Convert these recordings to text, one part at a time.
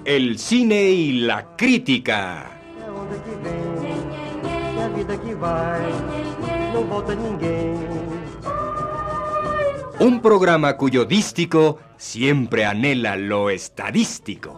El cine y la crítica. Un programa cuyo dístico siempre anhela lo estadístico.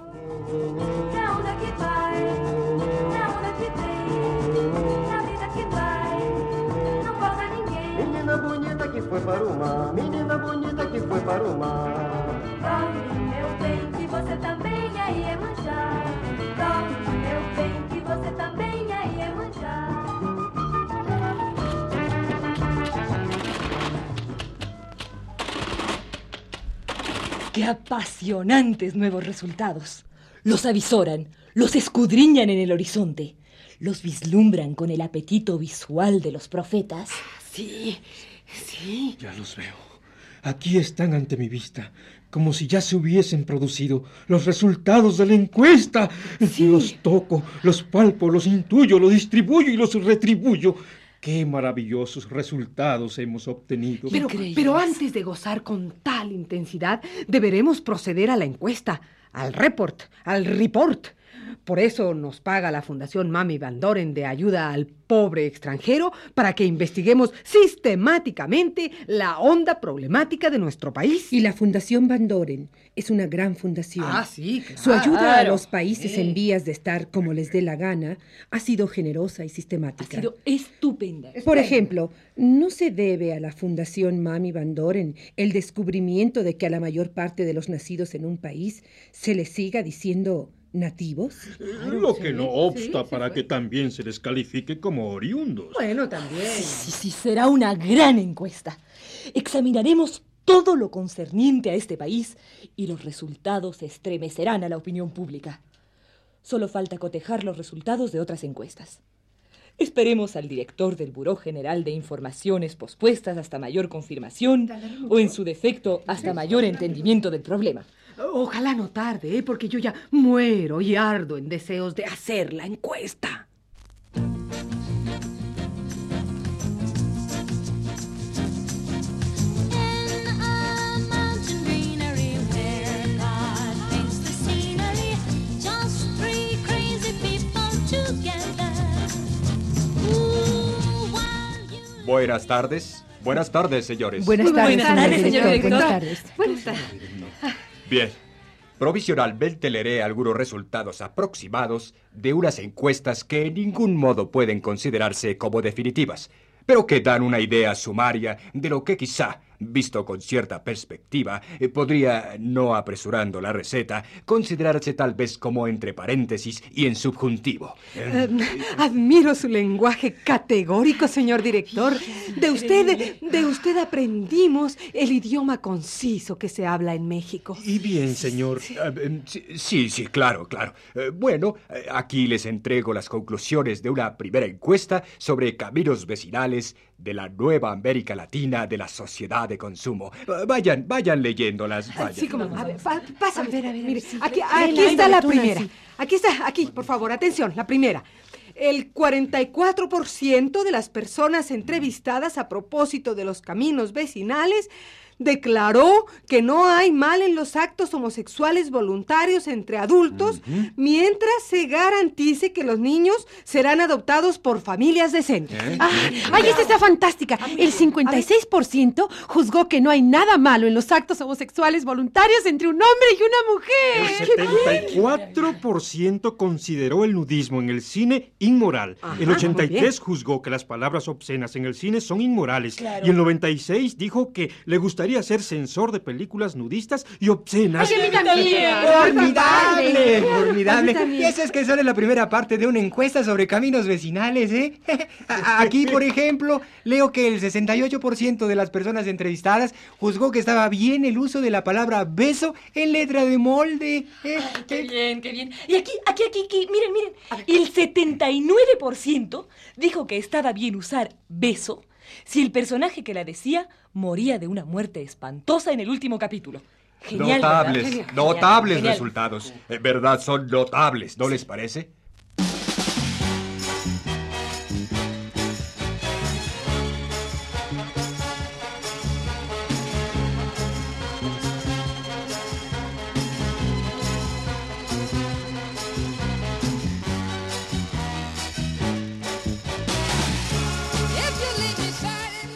Menina bonita que foi para o mar, menina bonita que foi para o mar. Dorme, meu bem, que você também aí é manjar. Dorme, meu bem, que você também aí é manjar. ¡Qué apasionantes nuevos resultados! Los avisoran, los escudriñan en el horizonte, los vislumbran con el apetito visual de los profetas. Sí. Ya los veo. Aquí están ante mi vista, como si ya se hubiesen producido los resultados de la encuesta. Sí. Los toco, los palpo, los intuyo, los distribuyo y los retribuyo. ¡Qué maravillosos resultados hemos obtenido! Pero antes de gozar con tal intensidad, deberemos proceder a la encuesta, al report. Por eso nos paga la Fundación Mami Van Doren de ayuda al pobre extranjero para que investiguemos sistemáticamente la honda problemática de nuestro país. Y la Fundación Van Doren es una gran fundación. Sí, claro. Su ayuda a los países en vías de estar como les dé la gana ha sido generosa y sistemática. Ha sido estupenda. Por ejemplo, ¿no se debe a la Fundación Mami Van Doren el descubrimiento de que a la mayor parte de los nacidos en un país se les siga diciendo nativos? Lo que no obsta para que también se les califique como oriundos. Bueno, también. Sí, será una gran encuesta. Examinaremos todo lo concerniente a este país y los resultados estremecerán a la opinión pública. Solo falta cotejar los resultados de otras encuestas. Esperemos al director del Buró General de Informaciones pospuestas hasta mayor confirmación o, en su defecto, hasta mayor entendimiento del problema. Ojalá no tarde, porque yo ya muero y ardo en deseos de hacer la encuesta. Buenas tardes. Buenas tardes, señores. Buenas tardes, señor director. Buenas tardes. Bien. Provisionalmente leeré algunos resultados aproximados de unas encuestas que en ningún modo pueden considerarse como definitivas, pero que dan una idea sumaria de lo que quizá, visto con cierta perspectiva, podría, no apresurando la receta, considerarse tal vez como entre paréntesis y en subjuntivo. Admiro su lenguaje categórico, señor director. De usted aprendimos el idioma conciso que se habla en México. Y bien, señor. Sí, claro. Bueno, aquí les entrego las conclusiones de una primera encuesta sobre caminos vecinales de la nueva América Latina de la sociedad de consumo. Vayan leyéndolas. Vayan. Sí, como a ver, pasa. A ver. Mire, Sí. aquí Léela, está la tú, primera. Nancy. Aquí, por favor, atención, la primera. El 44% de las personas entrevistadas a propósito de los caminos vecinales declaró que no hay mal en los actos homosexuales voluntarios entre adultos, mientras se garantice que los niños serán adoptados por familias decentes. ¡Ay, esta está fantástica! El 56% juzgó que no hay nada malo en los actos homosexuales voluntarios entre un hombre y una mujer. El 74% consideró el nudismo en el cine inmoral. El 83% juzgó que las palabras obscenas en el cine son inmorales. Claro. Y el 96% dijo que le gustaría ser censor de películas nudistas y obscenas. ¡Ay, a mí también! Formidable. Y eso es que solo es la primera parte de una encuesta sobre caminos vecinales, ¿eh? Aquí, por ejemplo, leo que el 68% de las personas entrevistadas juzgó que estaba bien el uso de la palabra beso en letra de molde. ¡Qué bien! Y aquí, miren. El 79% dijo que estaba bien usar beso si el personaje que la decía moría de una muerte espantosa en el último capítulo. Genial, Notables, ¿verdad? notables Genial. resultados. ¿Verdad? Son notables, ¿no les parece?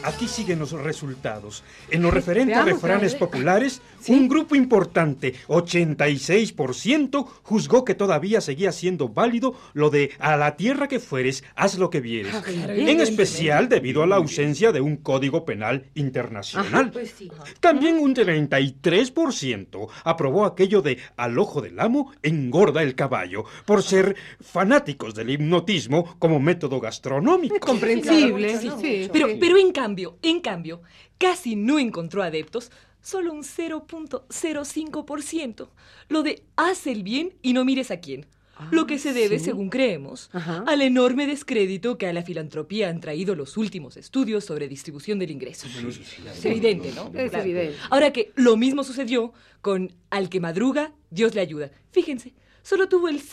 aquí siguen los resultados. En lo referente a Veamos, refranes populares, un grupo importante, 86%, juzgó que todavía seguía siendo válido lo de a la tierra que fueres, haz lo que vieres. En especial debido a la ausencia de un código penal internacional. Pues sí. También un 33% aprobó aquello de al ojo del amo engorda el caballo, por ser fanáticos del hipnotismo como método gastronómico. Comprensible, Sí, sí. Pero en cambio, casi no encontró adeptos, solo un 0.05%, lo de haz el bien y no mires a quién. Lo que se debe, según creemos, Ajá. al enorme descrédito que a la filantropía han traído los últimos estudios sobre distribución del ingreso. Es evidente, ¿no? Es evidente. Ahora que lo mismo sucedió con al que madruga, Dios le ayuda. Fíjense, solo tuvo el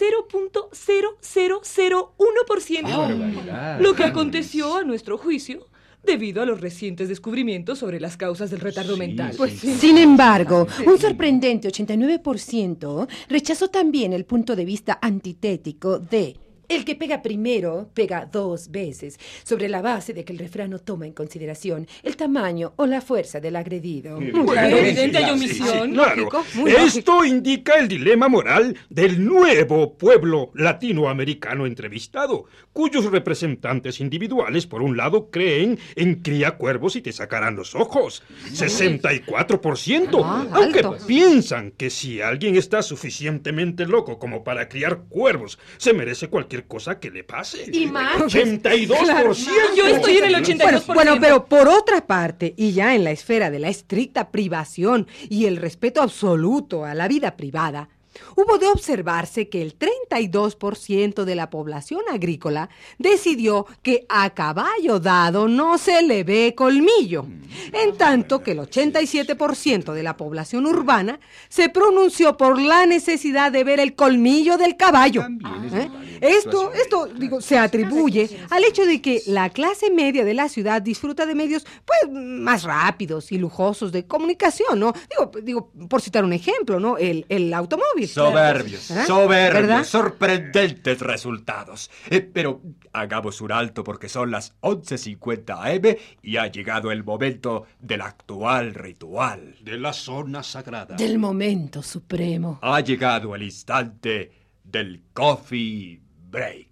0.0001%, lo que aconteció, a nuestro juicio, debido a los recientes descubrimientos sobre las causas del retardo mental. Sin embargo, un sorprendente 89% rechazó también el punto de vista antitético de el que pega primero, pega 2 veces, sobre la base de que el refrán no toma en consideración el tamaño o la fuerza del agredido. Evidente hay omisión. Claro, Lógico, muy esto indica el dilema moral del nuevo pueblo latinoamericano entrevistado, cuyos representantes individuales, por un lado, creen en cría cuervos y te sacarán los ojos. 64%, aunque alto. piensan que si alguien está suficientemente loco como para criar cuervos, se merece cualquier cosa que le pase. Y más. 82%. Yo estoy en el 82%. Bueno, pero por otra parte, y ya en la esfera de la estricta privación y el respeto absoluto a la vida privada, hubo de observarse que el 32% de la población agrícola decidió que a caballo dado no se le ve colmillo, en tanto que el 87% de la población urbana se pronunció por la necesidad de ver el colmillo del caballo. Esto, se atribuye al hecho de que la clase media de la ciudad disfruta de medios, pues, más rápidos y lujosos de comunicación, ¿no? Digo, por citar un ejemplo, ¿no? El automóvil. Soberbios, ¿Ah? soberbios, ¿Verdad? sorprendentes resultados. Pero hagamos un alto porque son las 11:50 AM y ha llegado el momento del actual ritual. De la zona sagrada. Del momento supremo. Ha llegado el instante del coffee break.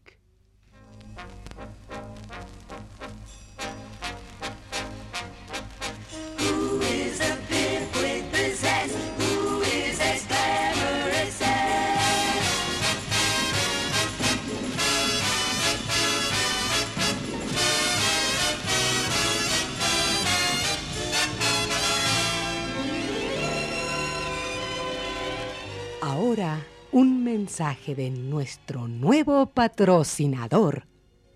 Ahora, un mensaje de nuestro nuevo patrocinador.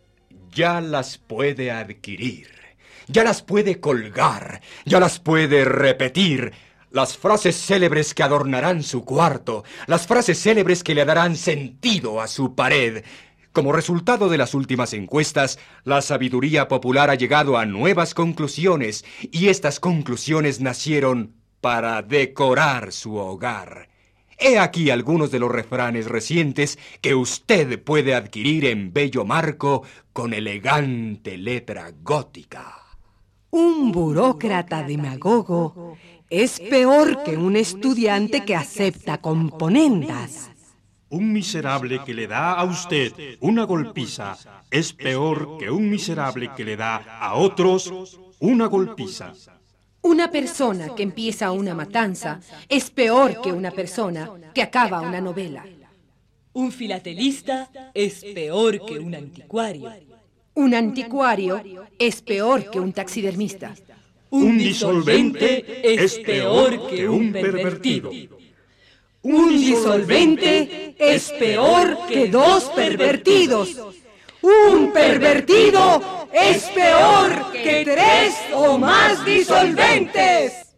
Ya las puede adquirir, ya las puede colgar, ya las puede repetir. Las frases célebres que adornarán su cuarto, las frases célebres que le darán sentido a su pared. Como resultado de las últimas encuestas, la sabiduría popular ha llegado a nuevas conclusiones y estas conclusiones nacieron para decorar su hogar. He aquí algunos de los refranes recientes que usted puede adquirir en bello marco con elegante letra gótica. Un burócrata demagogo es peor que un estudiante que acepta componendas. Un miserable que le da a usted una golpiza es peor que un miserable que le da a otros una golpiza. Una persona que empieza una matanza es peor que una persona que acaba una novela. Un filatelista es peor que un anticuario. Un anticuario es peor que un taxidermista. Un disolvente es peor que un pervertido. Un disolvente es peor que 2 pervertidos. Un pervertido es peor que 3 o más disolventes.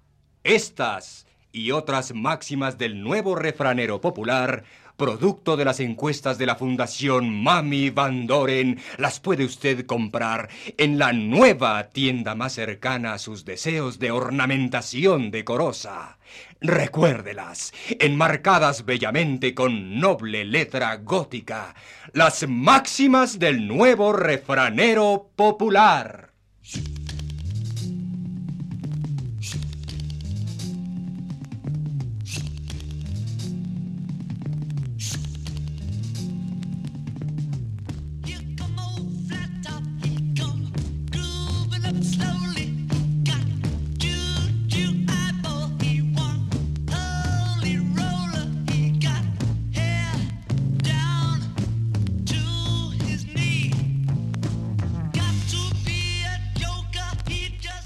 Estas y otras máximas del nuevo refranero popular, producto de las encuestas de la Fundación Mami Van Doren, las puede usted comprar en la nueva tienda más cercana a sus deseos de ornamentación decorosa. Recuérdelas, enmarcadas bellamente con noble letra gótica, las máximas del nuevo refranero popular.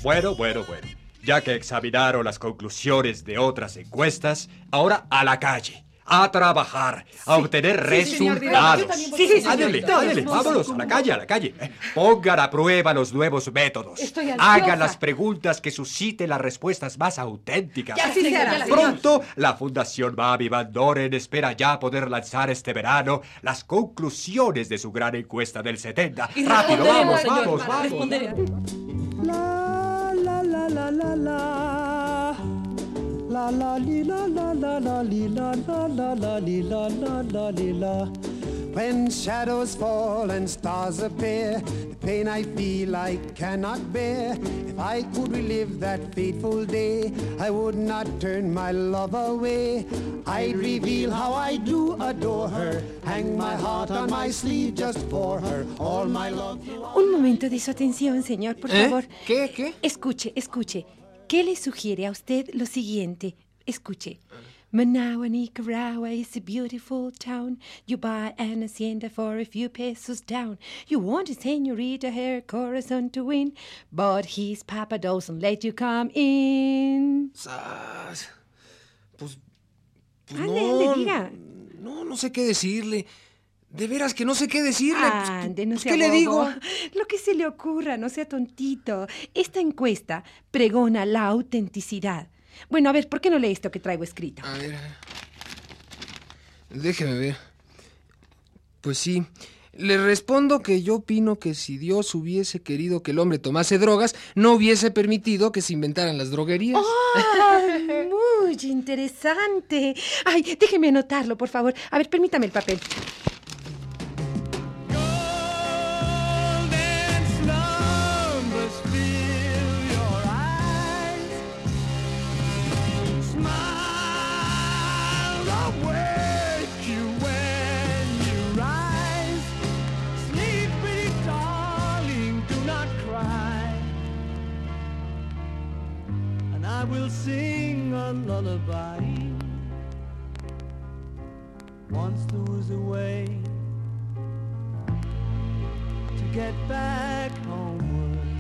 Bueno. Ya que examinaron las conclusiones de otras encuestas, ahora a la calle, a trabajar, a obtener señor resultados. director. Yo también voy, señor Ándale, director. ándale, vámonos, a la calle. Pongan a prueba los nuevos métodos. Estoy ansiosa. Hagan las preguntas que susciten las respuestas más auténticas. Ya, sí, será, señor. Pronto, la Fundación Mami Van Doren espera ya poder lanzar este verano las conclusiones de su gran encuesta del 70. Y Rápido, responderemos, vamos. señor, responderemos. La la li la la la la li la la la la li la la la li la. When shadows fall and stars appear, the pain I feel I cannot bear. If I could relive that fateful day, I would not turn my love away. I'd reveal how I do adore her, hang my heart on my sleeve just for her, all my love. Un momento de su atención, señor, por favor. ¿Qué? Escuche. ¿Qué le sugiere a usted lo siguiente? Escuche. Managua, Nicaragua is a beautiful town. You buy an hacienda for a few pesos down. You want a señorita her corazón to win, but his papa doesn't let you come in. Sas. Pues Ande, diga. No sé qué decirle. De veras que no sé qué decirle. Ande, no Pues, sea ¿qué le bobo. digo? Lo que se le ocurra, no sea tontito. Esta encuesta pregona la autenticidad. Bueno, a ver, ¿por qué no lee esto que traigo escrito? A ver. Déjeme ver. Pues sí. Le respondo que yo opino que si Dios hubiese querido que el hombre tomase drogas, no hubiese permitido que se inventaran las droguerías. Muy interesante. Ay, déjeme anotarlo, por favor. A ver, permítame el papel. I will sing a lullaby. Once there was a way to get back homeward.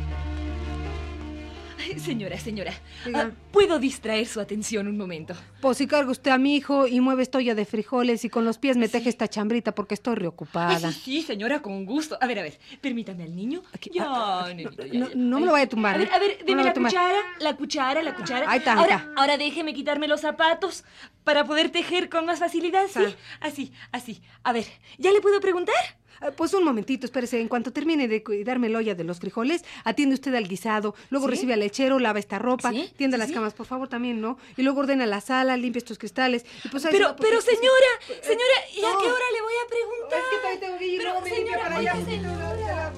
Señora, Diga. ¿puedo distraer su atención un momento? Pues si carga usted a mi hijo y mueve esta olla de frijoles y con los pies me teje esta chambrita porque estoy Ay, reocupada. sí, señora, con gusto. A ver, permítame al niño. Aquí, Ya, nenito, ya. No me lo vaya a tumbar. A ver, No deme lo vaya la a tumbar. cuchara. Ahí está, ahí está. Ahora déjeme quitarme los zapatos para poder tejer con más facilidad, ¿sí? Así. A ver, ¿ya le puedo preguntar? Pues un momentito, espérese. En cuanto termine de cuidarme la olla de los frijoles, atiende usted al guisado, luego ¿Sí? recibe al lechero, lava esta ropa, ¿Sí? tienda Sí, las sí. camas, por favor, también, ¿no? Y luego ordena la sala, limpia estos cristales. Y pues ahí se Pero va, porque- señora, ¿y a no. qué hora le voy a preguntar? Es que todavía tengo que ir, Pero, luego me limpia señora, para allá. oiga, señora.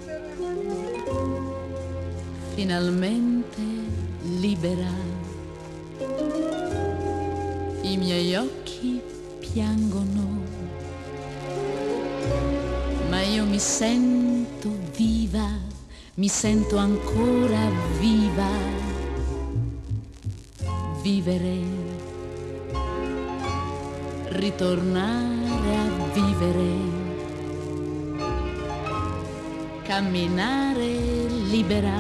Finalmente libera. I miei occhi piangono, ma io mi sento viva, mi sento ancora viva. Vivere, ritornare a vivere, camminare libera,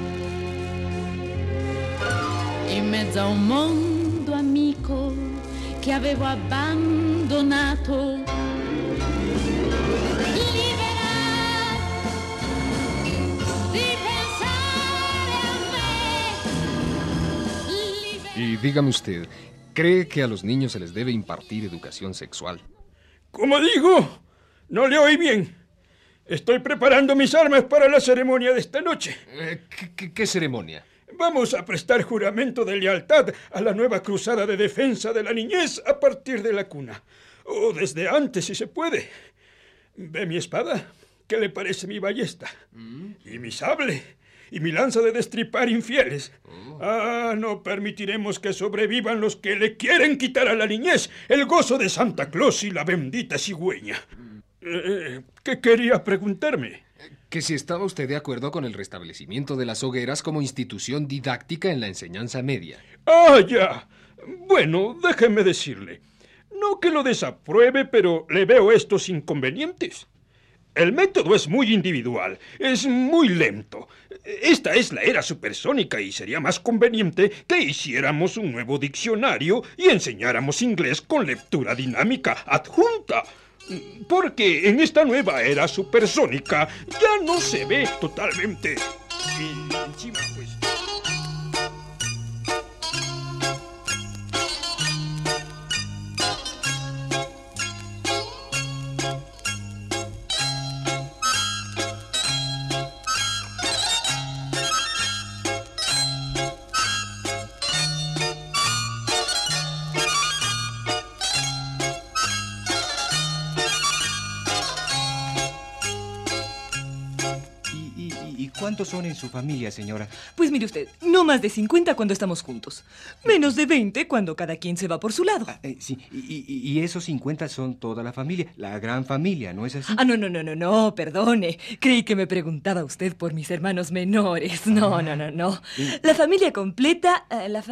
in mezzo a un mondo amico che avevo abbandonato. Libera di pensare a me. Y dígame usted, ¿cree que a los niños se les debe impartir educación sexual? Como digo, no le oí bien. Estoy preparando mis armas para la ceremonia de esta noche. ¿Qué ceremonia? Vamos a prestar juramento de lealtad a la nueva cruzada de defensa de la niñez a partir de la cuna. O desde antes, si se puede. ¿Ve mi espada? ¿Qué le parece mi ballesta? Y mi sable. Y mi lanza de destripar infieles. No permitiremos que sobrevivan los que le quieren quitar a la niñez el gozo de Santa Claus y la bendita cigüeña. ¿Qué quería preguntarme? Que si estaba usted de acuerdo con el restablecimiento de las hogueras como institución didáctica en la enseñanza media. Ya. Bueno, déjeme decirle. No que lo desapruebe, pero le veo estos inconvenientes. El método es muy individual, es muy lento. Esta es la era supersónica y sería más conveniente que hiciéramos un nuevo diccionario y enseñáramos inglés con lectura dinámica adjunta. Porque en esta nueva era supersónica ya no se ve totalmente encima, pues. ¿Y cuántos son en su familia, señora? Pues mire usted, no más de 50 cuando estamos juntos. Menos de 20 cuando cada quien se va por su lado. Sí, y esos 50 son toda la familia, la gran familia, ¿no es así? No, perdone. Creí que me preguntaba usted por mis hermanos menores. No. La familia completa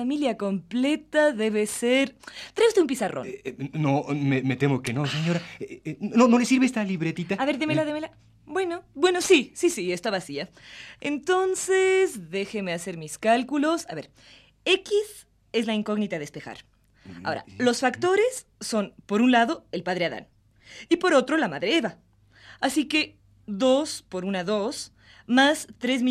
debe ser... Trae usted un pizarrón. No, me temo que no, señora. ¿No le sirve esta libretita? A ver, démela. Bueno, sí, está vacía. Entonces, déjeme hacer mis cálculos. A ver, X es la incógnita a despejar. Ahora, los factores son, por un lado, el padre Adán, y por otro, la madre Eva. Así que 2 por una 2, más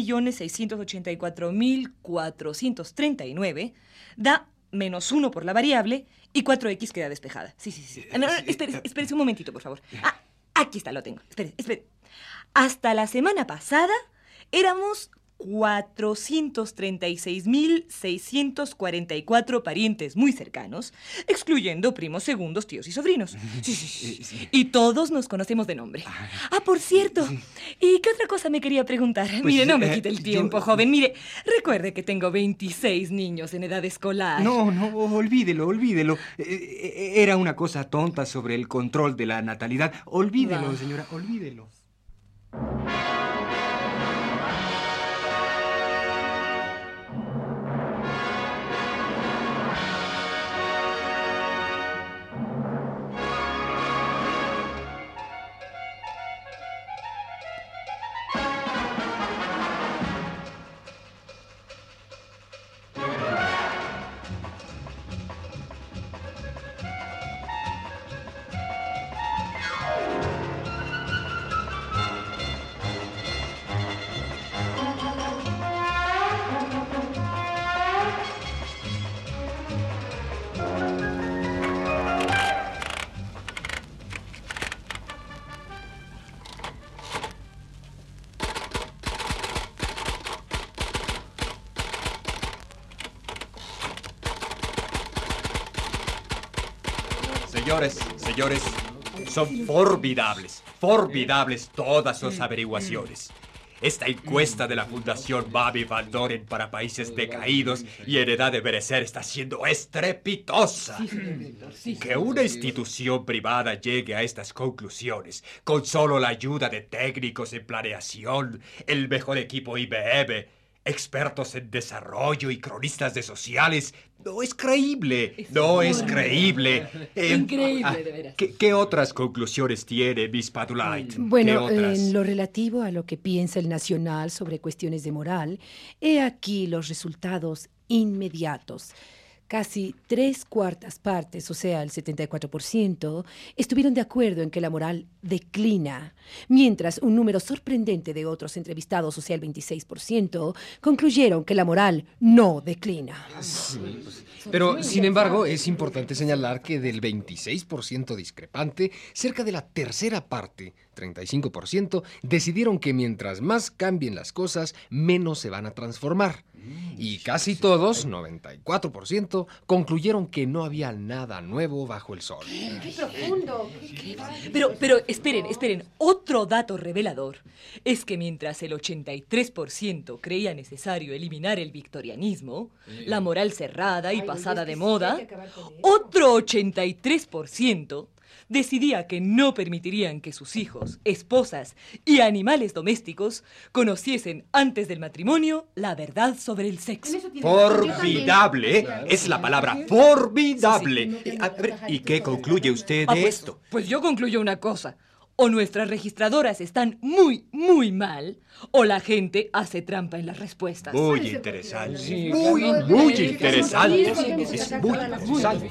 3.684.439, da menos 1 por la variable, y 4X queda despejada. Sí. No, espérese un momentito, por favor. Aquí está, lo tengo. Espere. Hasta la semana pasada éramos 436.644 parientes muy cercanos, excluyendo primos segundos, tíos y sobrinos. Sí. Y todos nos conocemos de nombre. Por cierto, ¿y qué otra cosa me quería preguntar? Mire, no me quite el tiempo, joven. Mire, recuerde que tengo 26 niños en edad escolar. No, olvídelo. Era una cosa tonta sobre el control de la natalidad. Olvídelo, señora, olvídelo. Señores, son formidables todas sus averiguaciones. Esta encuesta de la Fundación Babi Van Doren para países decaídos y en edad de merecer está siendo estrepitosa. Que una institución privada llegue a estas conclusiones con solo la ayuda de técnicos en planeación, el mejor equipo IBM, expertos en desarrollo y cronistas de sociales, no es creíble. Increíble, de veras. ¿Qué otras conclusiones tiene Miss Padulite? Bueno, en lo relativo a lo que piensa el Nacional sobre cuestiones de moral, he aquí los resultados inmediatos. Casi 3/4 partes, o sea, el 74%, estuvieron de acuerdo en que la moral declina, mientras un número sorprendente de otros entrevistados, o sea, el 26%, concluyeron que la moral no declina. Pero, sin embargo, es importante señalar que del 26% discrepante, cerca de la tercera parte, 35%, decidieron que mientras más cambien las cosas, menos se van a transformar. Y casi todos, 94%, concluyeron que no había nada nuevo bajo el sol. ¡Qué profundo! Pero esperen. Otro dato revelador es que mientras el 83% creía necesario eliminar el victorianismo, la moral cerrada y pasada de moda, otro 83% decidía que no permitirían que sus hijos, esposas y animales domésticos conociesen antes del matrimonio la verdad sobre el sexo. Formidable, es la palabra formidable. A ver, ¿y qué concluye usted de esto? Pues yo concluyo una cosa. O nuestras registradoras están muy, muy mal, o la gente hace trampa en las respuestas. Muy interesante. Sí, Muy interesante. Es muy Muy interesante.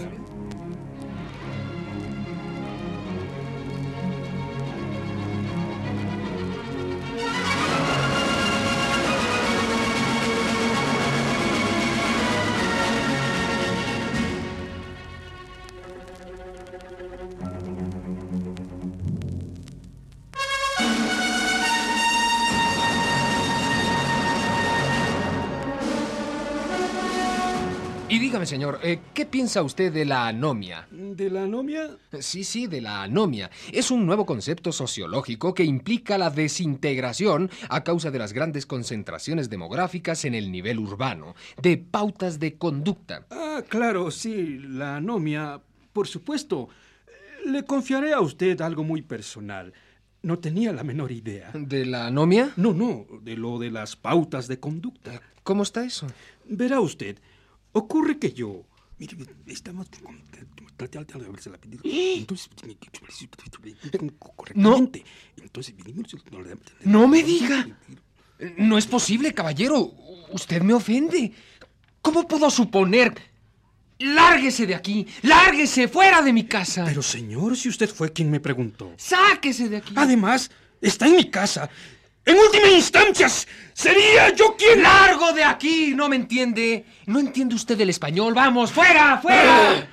Y dígame, señor, ¿qué piensa usted de la anomia? ¿De la anomia? Sí, de la anomia. Es un nuevo concepto sociológico que implica la desintegración a causa de las grandes concentraciones demográficas en el nivel urbano, de pautas de conducta. Ah, claro, sí, la anomia, por supuesto. Le confiaré a usted algo muy personal. No tenía la menor idea. ¿De la anomia? No, de lo de las pautas de conducta. ¿Cómo está eso? Verá usted, ocurre que yo... Mire, estamos... Entonces... Correctamente. Entonces... ¡No me diga! No es posible, caballero. Usted me ofende. ¿Cómo pudo suponer? ¡Lárguese de aquí! ¡Lárguese fuera de mi casa! Pero señor, si usted fue quien me preguntó. ¡Sáquese de aquí! Además, está en mi casa. En última instancia, sería yo quien... ¡Largo de aquí! ¿No me entiende? ¿No entiende usted el español? ¡Vamos, fuera, fuera!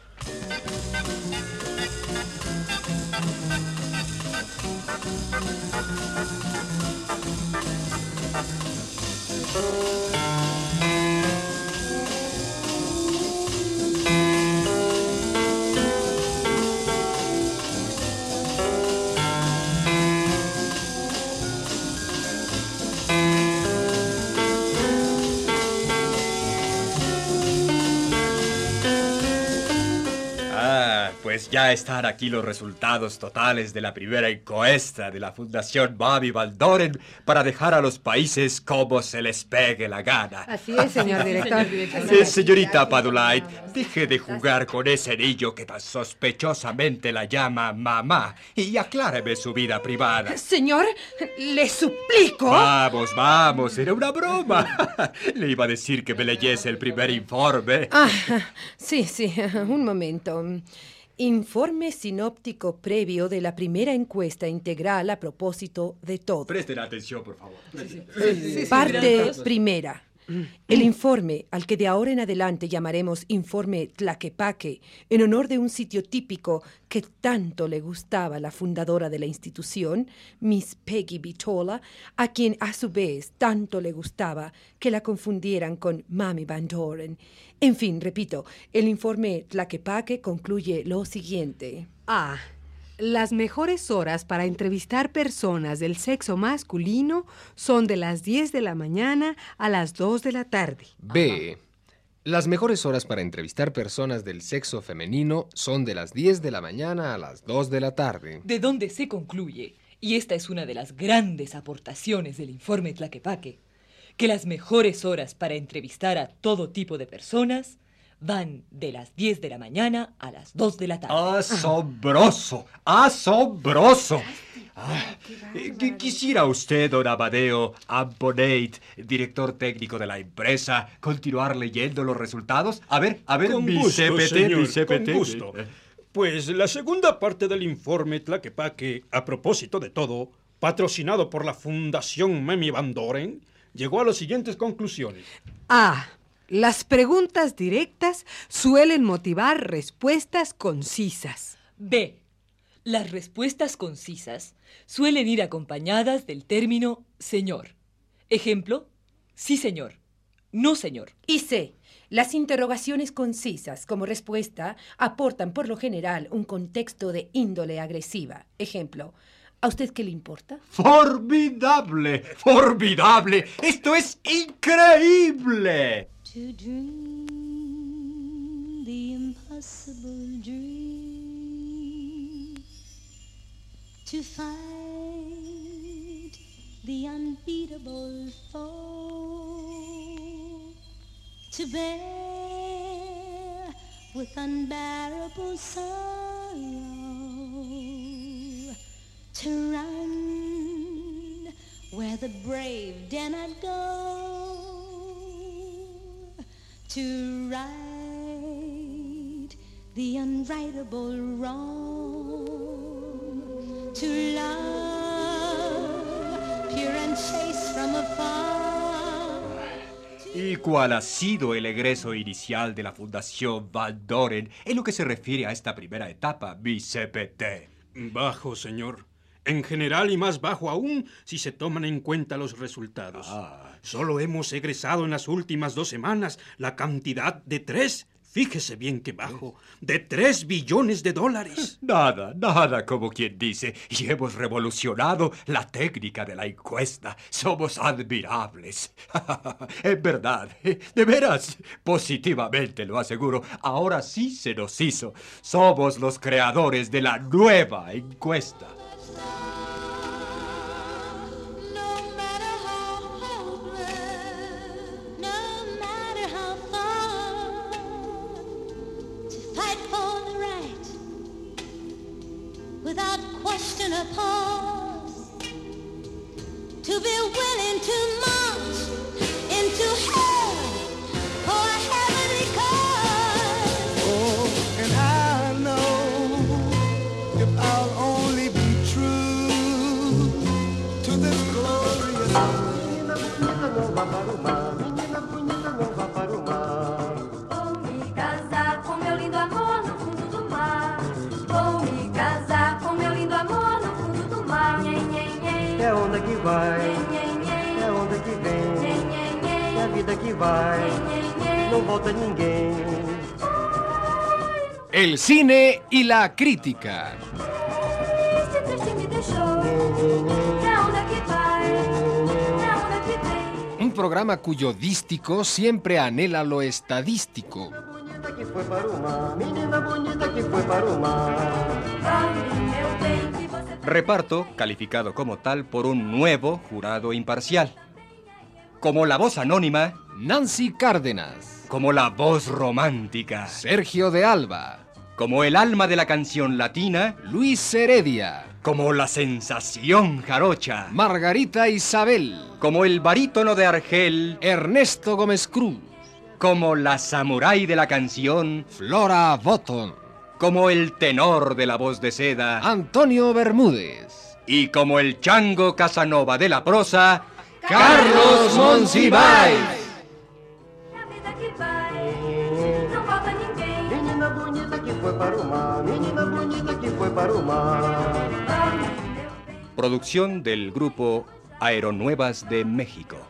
Pues ya están aquí los resultados totales de la primera encuesta de la Fundación Mami Van Doren para dejar a los países como se les pegue la gana. Así es, señor director. Señorita Padulait, deje de jugar con ese niño que tan sospechosamente la llama mamá y acláreme su vida privada. Señor, le suplico. Vamos, era una broma. Le iba a decir que me leyese el primer informe. Sí, un momento. Informe sinóptico previo de la primera encuesta integral a propósito de todo. Presten atención, por favor. Parte primera. El informe, al que de ahora en adelante llamaremos Informe Tlaquepaque, en honor de un sitio típico que tanto le gustaba a la fundadora de la institución, Miss Peggy Vitola, a quien a su vez tanto le gustaba que la confundieran con Mami Van Doren. En fin, repito, el informe Tlaquepaque concluye lo siguiente. Las mejores horas para entrevistar personas del sexo masculino son de las 10 de la mañana a las 2 de la tarde. B. Las mejores horas para entrevistar personas del sexo femenino son de las 10 de la mañana a las 2 de la tarde. De donde se concluye, y esta es una de las grandes aportaciones del informe Tlaquepaque, que las mejores horas para entrevistar a todo tipo de personas van de las 10 de la mañana a las 2 de la tarde. ¡Asombroso! ¿Quisiera usted, don Amadeo Amponate, director técnico de la empresa, continuar leyendo los resultados? A ver, Con mi gusto, CPT, señor, mi CPT. con gusto. Pues la segunda parte del informe Tlaquepaque, a propósito de todo, patrocinado por la Fundación Mami Van Doren, llegó a las siguientes conclusiones. Las preguntas directas suelen motivar respuestas concisas. B. Las respuestas concisas suelen ir acompañadas del término señor. Ejemplo, sí señor, no señor. Y C. Las interrogaciones concisas como respuesta aportan por lo general un contexto de índole agresiva. Ejemplo, ¿a usted qué le importa? ¡Formidable! ¡Esto es increíble! To dream the impossible dream, to fight the unbeatable foe, to bear with unbearable sorrow to run where the brave dare not go, to right the unrightable wrong, to love pure and chaste from afar. ¿Y cuál ha sido el egreso inicial de la Fundación Van Doren en lo que se refiere a esta primera etapa, mi CPT? Bajo, señor. En general y más bajo aún si se toman en cuenta los resultados. Solo hemos egresado en las últimas 2 semanas la cantidad de 3, fíjese bien que bajo, de 3 billones de dólares. Nada, como quien dice. Y hemos revolucionado la técnica de la encuesta. Somos admirables. En verdad, de veras, positivamente lo aseguro. Ahora sí se nos hizo. Somos los creadores de la nueva encuesta. Without question or pause, to be willing to march into hell for a heavenly cause. Oh, and I know if I'll only be true to this glorious Menina bonita não vá para o mar, menina bonita não vá para o mar. Vou me casar com meu lindo amor no fundo do mar. Vou me casar com meu lindo amor no fundo do mar. Nhen, nhen, nhen. É onda que vai, Nhen, nhen, nhen. é onda que vem, Nhen, nhen, nhen. é a vida que vai, Nhen, nhen, nhen. não volta ninguém. El cine y la crítica. Triste, triste me deixou. É a onda que vai, é a onda que vem. Un programa cuyo dístico siempre anhela lo estadístico. Bonita que foi para o mar, menina bonita que foi para o mar. Vale, meu bem, que você Reparto calificado como tal por un nuevo jurado imparcial. Como la voz anónima, Nancy Cárdenas, como la voz romántica, Sergio de Alba, como el alma de la canción latina, Luis Heredia, como la sensación jarocha, Margarita Isabel, como el barítono de Argel, Ernesto Gómez Cruz, como la samurái de la canción, Flora Botton, como el tenor de la voz de seda, Antonio Bermúdez y como el chango Casanova de la prosa, Carlos Monsiváis. é a vida que vai, não falta ninguém. Menina bonita que foi para o mar, menina bonita que foi para o mar. Vale, meu bem. Producción del grupo Aeronuevas de México.